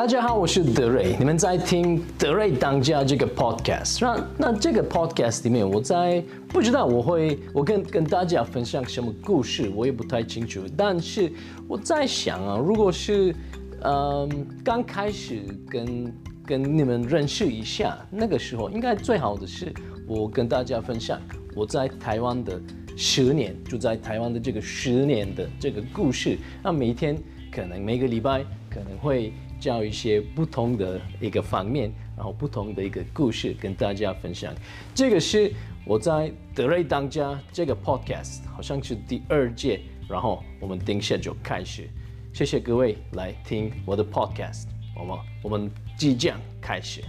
大家好，我是德瑞，你们在听德瑞当家这个 podcast。那这个 podcast 里面，不知道我跟大家分享什么故事，我也不太清楚。但是我在想啊，如果是刚开始跟你们认识一下，那个时候应该最好的是我跟大家分享我在台湾的10年，就在台湾的这个10年的这个故事。那每天可能每个礼拜可能会教一些不同的一个方面，然后不同的一个故事跟大家分享。这个是我在德瑞当家这个 podcast 好像是第2届，然后我们等一下就开始。谢谢各位来听我的 podcast， 我们即将开始。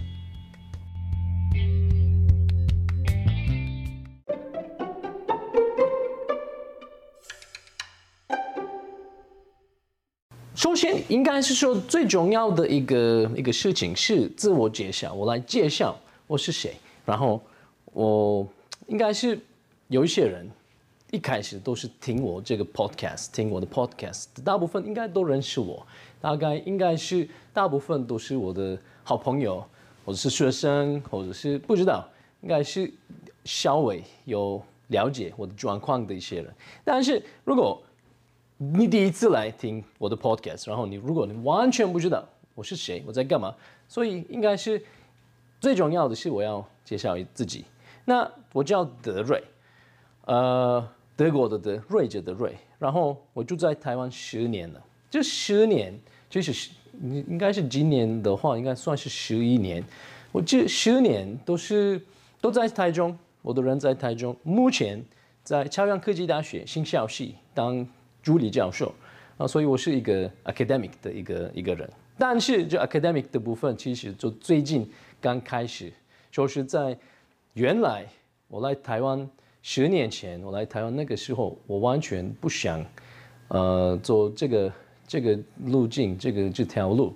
首先，应该是说最重要的一个事情是自我介绍，我来介绍我是谁。然后我应该是有一些人一开始都是听我这个 podcast， 听我的 podcast， 大部分应该都认识我，大概应该是大部分都是我的好朋友，或者是学生，或者是不知道，应该是稍微有了解我的状况的一些人。但是如果你第一次来听我的 podcast， 然后如果你完全不知道我是谁，我在干嘛，所以应该是最重要的是我要介绍自己。那我叫德瑞，德国的德，瑞者的瑞，然后我住在台湾10年了。这10年就是应该是今年的话，应该算是11年。我这10年都在台中，我的人在台中，目前在朝阳科技大学行销系当助理教授啊，所以我是一个 academic 的一个人。但是这 academic 的部分，其实就最近刚开始，就是在原来我来台湾10年前，我来台湾那个时候，我完全不想走这个路径，这条路，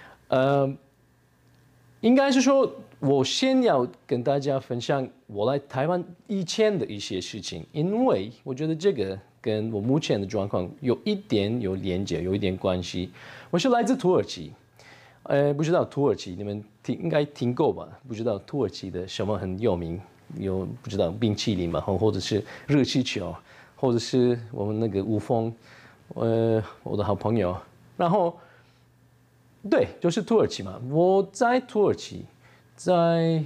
应该是说，我先要跟大家分享我来台湾以前的一些事情，因为我觉得这个跟我目前的状况有连结，有一点关系。我是来自土耳其，不知道土耳其你们应该听过吧？不知道土耳其的什么很有名？不知道冰淇淋嘛，或者是热气球，或者是我们那个吴峰，我的好朋友，然后。对，就是土耳其嘛。我在土耳其，在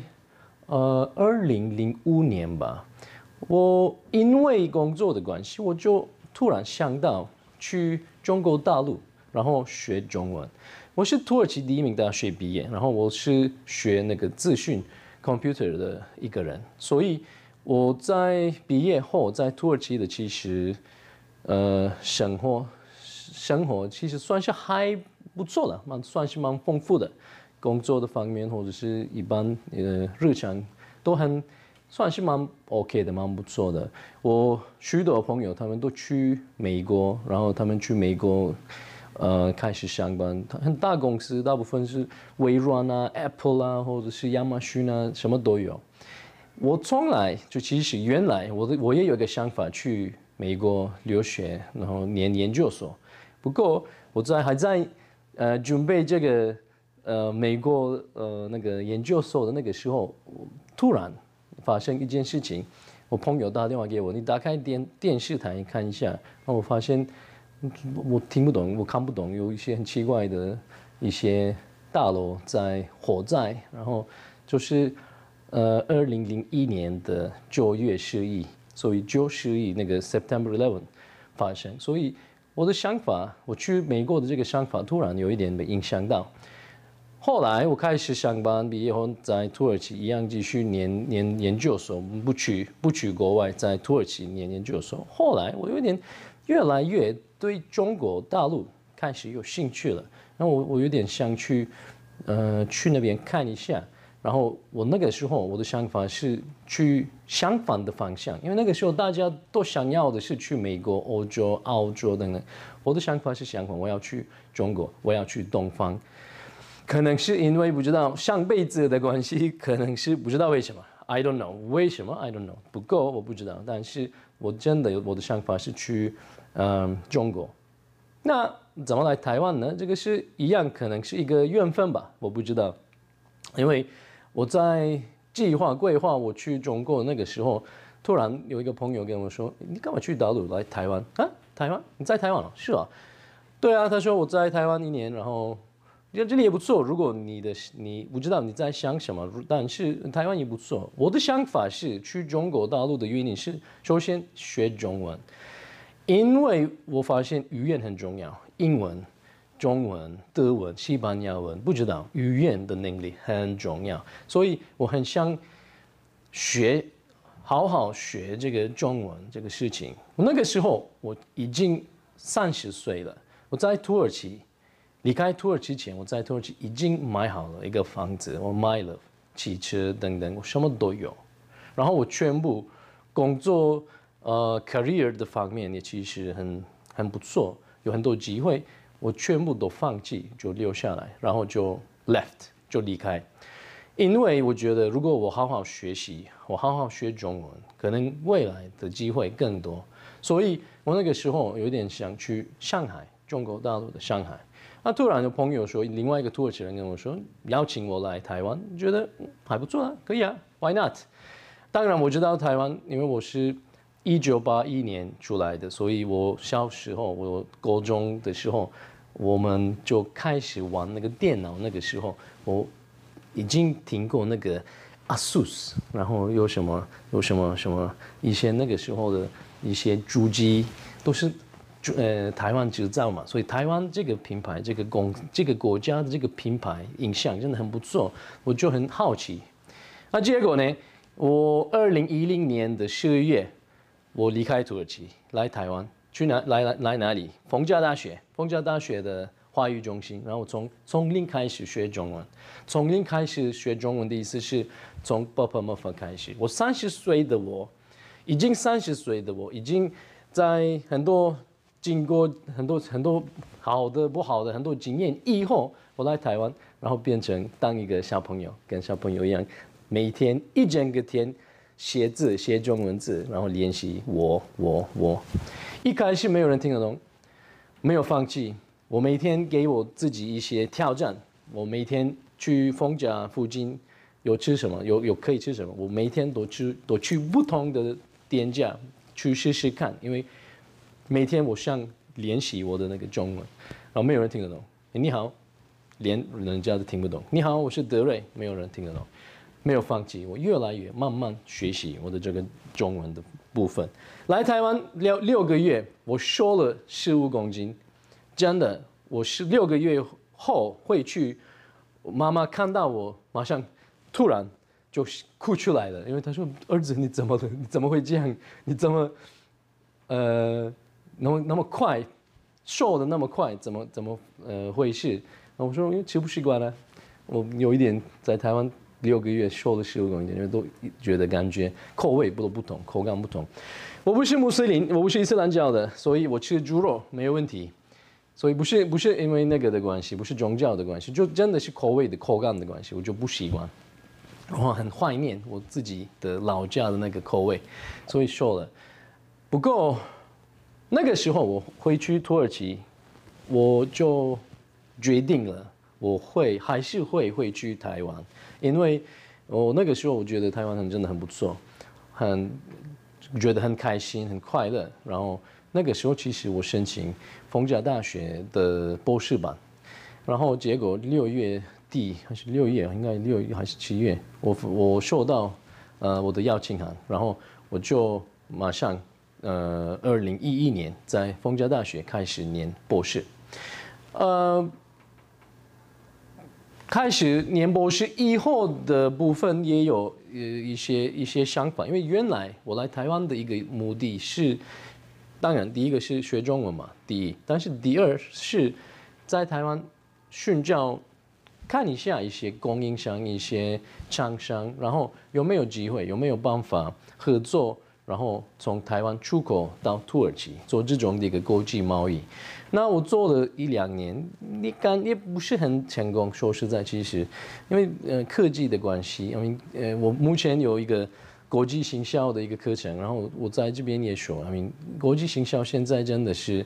2005年吧。我因为工作的关系，我就突然想到去中国大陆，然后学中文。我是土耳其第1名大学毕业，然后我是学那个资讯 computer 的一个人，所以我在毕业后在土耳其的其实生活其实算是还不错的，算是蛮丰富的，工作的方面或者是一般日常都算是蛮 OK 的，蛮不错的。我许多朋友他们都去美国，然后他们去美国开始上班，很大公司，大部分是微软啊、Apple 啊，或者是亚马逊啊，什么都有。我从来就其实原来我也有一个想法去美国留学，然后念研究所。不过我还在准备这个美国那个研究所的那个时候，突然发生一件事情，我朋友打电话给我，你打开电视台看一下，然后我发现我听不懂，我看不懂，有一些很奇怪的一些大楼在火灾，然后就是2001年的9月11，所以9、11那个 September 11发生，所以。我的想法，我去美国的这个想法突然有一点被影响到。后来我开始上班，毕业后在土耳其一样继续念研究所，不去国外，在土耳其念研究所。后来我有点越来越对中国大陆开始有兴趣了，然后我有点想去那边看一下。然后我那个时候我的想法是去相反的方向，因为那个时候大家都想要的是去美国、欧洲、澳洲等等。我的想法是相反，我要去中国，我要去东方。可能是因为不知道上辈子的关系，可能是不知道为什么 ，I don't know 为什么 I don't know。不过我不知道，但是我真的我的想法是去中国。 那怎么来台湾呢？这个是一样，可能是一个缘分吧，我不知道。因为我在规划我去中国那个时候，突然有一个朋友跟我说：“你干嘛去大陆来台湾啊？台湾？你在台湾了？是啊，对啊。”他说我在台湾1年，然后这里也不错。如果你不知道你在想什么，但是台湾也不错。我的想法是去中国大陆的原因是，首先学中文，因为我发现语言很重要，英文、中文、德文、西班牙文，不知道语言的能力很重要，所以我很想好好学这个中文这个事情。那个时候我已经30岁了，我在土耳其。离开土耳其前，我在土耳其已经买好了一个房子，我买了汽车等等，我什么都有。然后我全部工作career 的方面也其实很不错，有很多机会，我全部都放弃，就留下来，然后就 left 就离开。因为我觉得如果我好好学习，我好好学中文，可能未来的机会更多。所以我那个时候有点想去上海，中国大陆的上海。那突然有朋友说，另外一个土耳其人跟我说，邀请我来台湾，觉得还不错啊，可以啊 ，Why not？ 当然我知道台湾，因为我是1981年出来的，所以我小时候，我高中的时候，我们就开始玩那个电脑。那个时候我已经听过那个 ASUS， 然后有什么一些那个时候的一些主机都是。台湾制造嘛，所以台湾这个品牌，这个国家的这个品牌影响真的很不错，我就很好奇。那结果呢？我2010年的12月，我离开土耳其来台湾，去来哪里？逢甲大学的华语中心，然后从零开始学中文。从零开始学中文的意思是从爸爸妈妈开始。我30岁的我，已经在经过很多好的不好的很多经验以后，我来台湾，然后变成当一个小朋友，跟小朋友一样，每天一整个天写中文字，然后练习我。一开始没有人听得懂，没有放弃。我每天给我自己一些挑战，我每天去逢甲附近有吃什么，有可以吃什么，我每天都去不同的店家去试试看，因为。每天我想练习我的那个中文，然后没有人听得懂。你好，连人家都听不懂。你好，我是德瑞，没有人听得懂。没有放弃，我越来越慢慢学习我的这个中文的部分。来台湾6个月，我瘦了15公斤，真的，我是6个月后回去，妈妈看到我，马上突然就哭出来了，因为她说：“儿子，你怎么了？你怎么会这样？你怎么那么快，瘦的那么快，怎么回事？”然后我说：“因为吃不习惯了，我有一点在台湾6个月瘦了15公斤，因为都觉得感觉口味不同，口感不同。我不是穆斯林，我不是伊斯兰教的，所以我吃猪肉没有问题。所以不是因为那个的关系，不是宗教的关系，就真的是口感的关系，我就不习惯。我很怀念我自己的老家的那个口味，所以瘦了。不过。”那个时候我回去土耳其，我就决定了，我还是会回去台湾，因为我那个时候我觉得台湾真的很不错，觉得很开心很快乐。然后那个时候其实我申请逢甲大学的博士班，然后结果6月底还是6月，应该6月还是7月，我收到我的邀请函，然后我就马上。2011年在逢甲大学开始念博士，开始念博士以后的部分也有一些想法，因为原来我来台湾的一个目的是，当然第一个是学中文嘛，第一，但是第二是在台湾寻找看一下一些供应商、一些厂商，然后有没有机会，有没有办法合作。然后从台湾出口到土耳其做这种的一个国际贸易，那我做了1-2年，也不是很成功。说实在，其实因为科技的关系，因为我目前有一个国际行销的一个课程，然后我在这边也说，国际行销现在真的是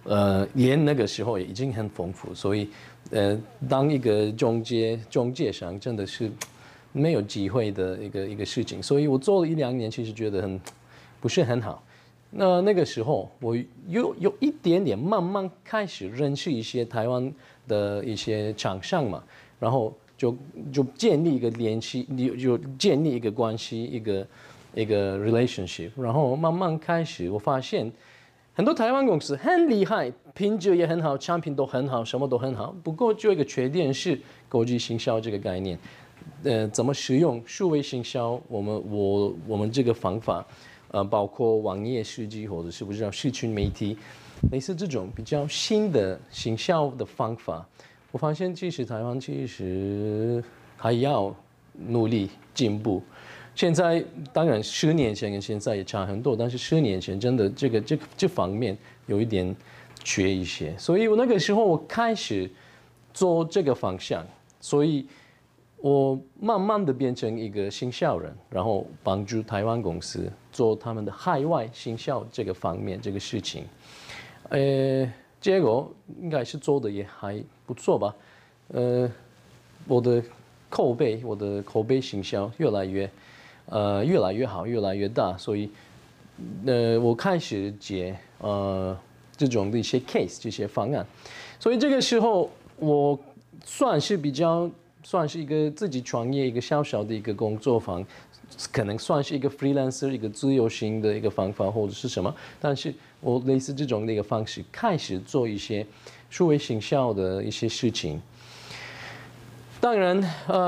连那个时候也已经很丰富，所以当一个中介商真的是没有机会的一个事情，所以我做了1-2年，其实觉得不是很好。那个时候我有一点点慢慢开始认识一些台湾的一些厂商嘛，然后就建立一个联系，就建立一个关系，一个 relationship， 然后慢慢开始我发现很多台湾公司很厉害，品质也很好，产品都很好，什么都很好，不过就一个缺点是国际行销这个概念，怎么使用数位行销，我们这个方法。包括网页设计或者是不知道社群媒体，类似这种比较新的行销的方法，我发现其实台湾其实还要努力进步。现在当然10年前跟现在也差很多，但是10年前真的这方面有一点缺一些，所以我那个时候我开始做这个方向，所以。我慢慢的变成一个行销人，然后帮助台湾公司做他们的海外行销这个方面这个事情，结果应该是做的也还不错吧，我的口碑行销越来越好，越来越大，所以我开始接这种的一些 case 这些方案，所以这个时候我算是一个自己创业一个小小的一个工作坊，可能算是一个 freelancer 一个自由行的一个方法或者是什么，但是我类似这种的一个方式开始做一些数位行销的一些事情。当然，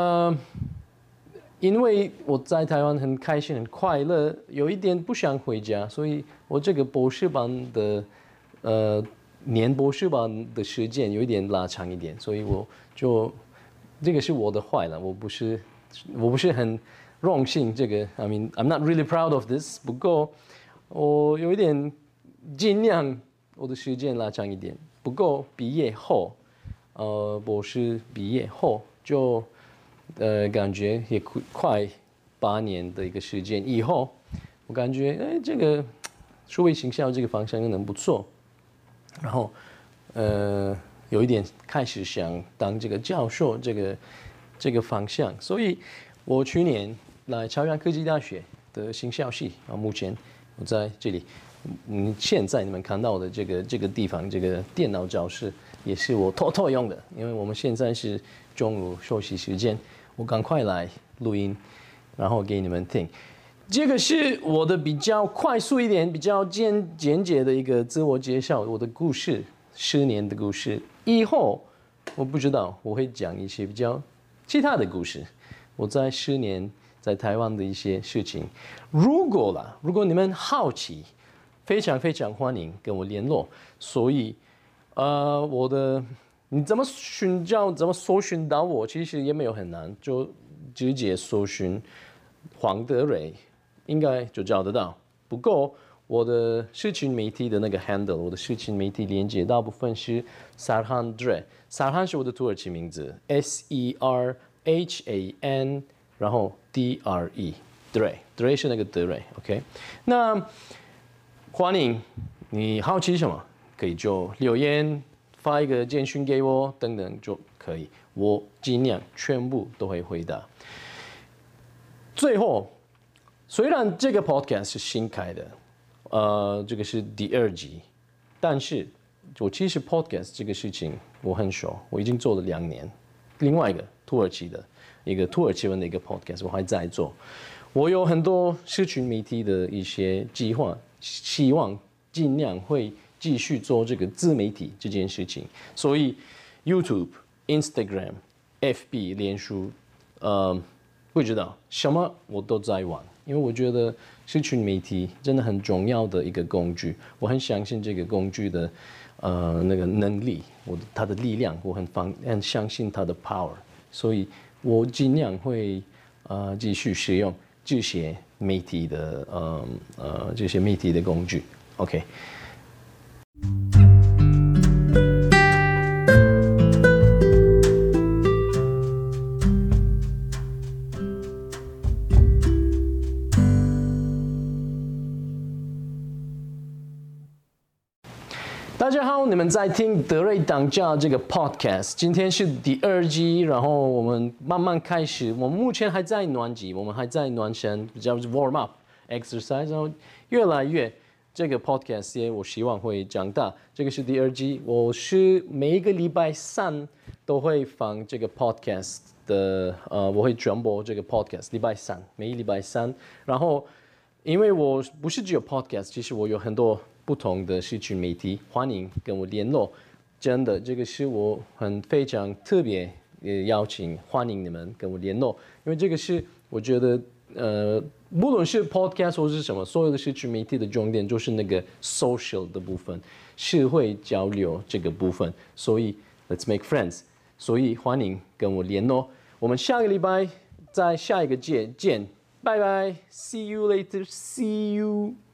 因为我在台湾很开心很快乐，有一点不想回家，所以我这个博士班的年博士班的时间有一点拉长一点，所以我就。这个是我的坏了，我不是很荣幸这个 I mean I'm not really proud of this。不过我有一点尽量我的时间拉长一点。不过毕业后，博士毕业后就感觉也快8年的一个时间以后，我感觉这个数位行销这个方向可能不错，然后有一点开始想当这个教授这个方向，所以我去年来朝阳科技大学的行销系目前我在这里，现在你们看到的这个地方这个电脑教室也是我偷偷用的，因为我们现在是中午休息时间，我赶快来录音，然后给你们听。这个是我的比较快速一点、比较简洁的一个自我介绍，我的故事，10年的故事。以后我不知道我会讲一些比较其他的故事，我在10年在台湾的一些事情。如果你们好奇，非常非常欢迎跟我联络。所以你怎么搜寻到我，其实也没有很难，就直接搜寻黄德蕊，应该就找得到。不过我的社群媒体的那个 handle， 我的社群媒体连接大部分是 Serhan Dre。Serhan 是我的土耳其名字 ，SERHAN， 然后 DRE，Dre 是那个德蕊 ，OK。那欢迎你好奇什么，可以就留言发一个简讯给我等等就可以，我尽量全部都会回答。最后，虽然这个 podcast 是新开的。这个是第2集，但是我其实 podcast 这个事情我很熟，我已经做了2年。另外一个土耳其文的一个 podcast 我还在做，我有很多社群媒体的一些计划，希望尽量会继续做这个自媒体这件事情。所以 YouTube、Instagram、FB、脸书，不知道什么我都在玩，因为我觉得社群媒体真的很重要的一个工具，我很相信这个工具的那个能力，它的力量，我很相信它的 power， 所以我尽量会继续使用这些媒体的工具。OK。 大家好，你们在听德瑞当家这个 podcast， 今天是第2集，然后我们慢慢开始，我们目前还在暖机，我们还在暖身，比较是 warm up exercise， 然后越来越这个 podcast 也我希望会长大，这个是第2集，我是每一个礼拜3都会放这个 podcast 的，我会转播这个 podcast， 礼拜3，每一礼拜3，然后因为我不是只有 podcast， 其实我有很多不同的社群媒体，欢迎跟我联络。真的，这个是我非常特别邀请，欢迎你们跟我联络，因为这个是我觉得不论是 podcast 或是什么，所有的社群媒体的重点就是那个 social 的部分，社会交流这个部分。所以 let's make friends， 所以欢迎跟我联络。我们下个礼拜在下一个见，拜拜 ，see you later，see you。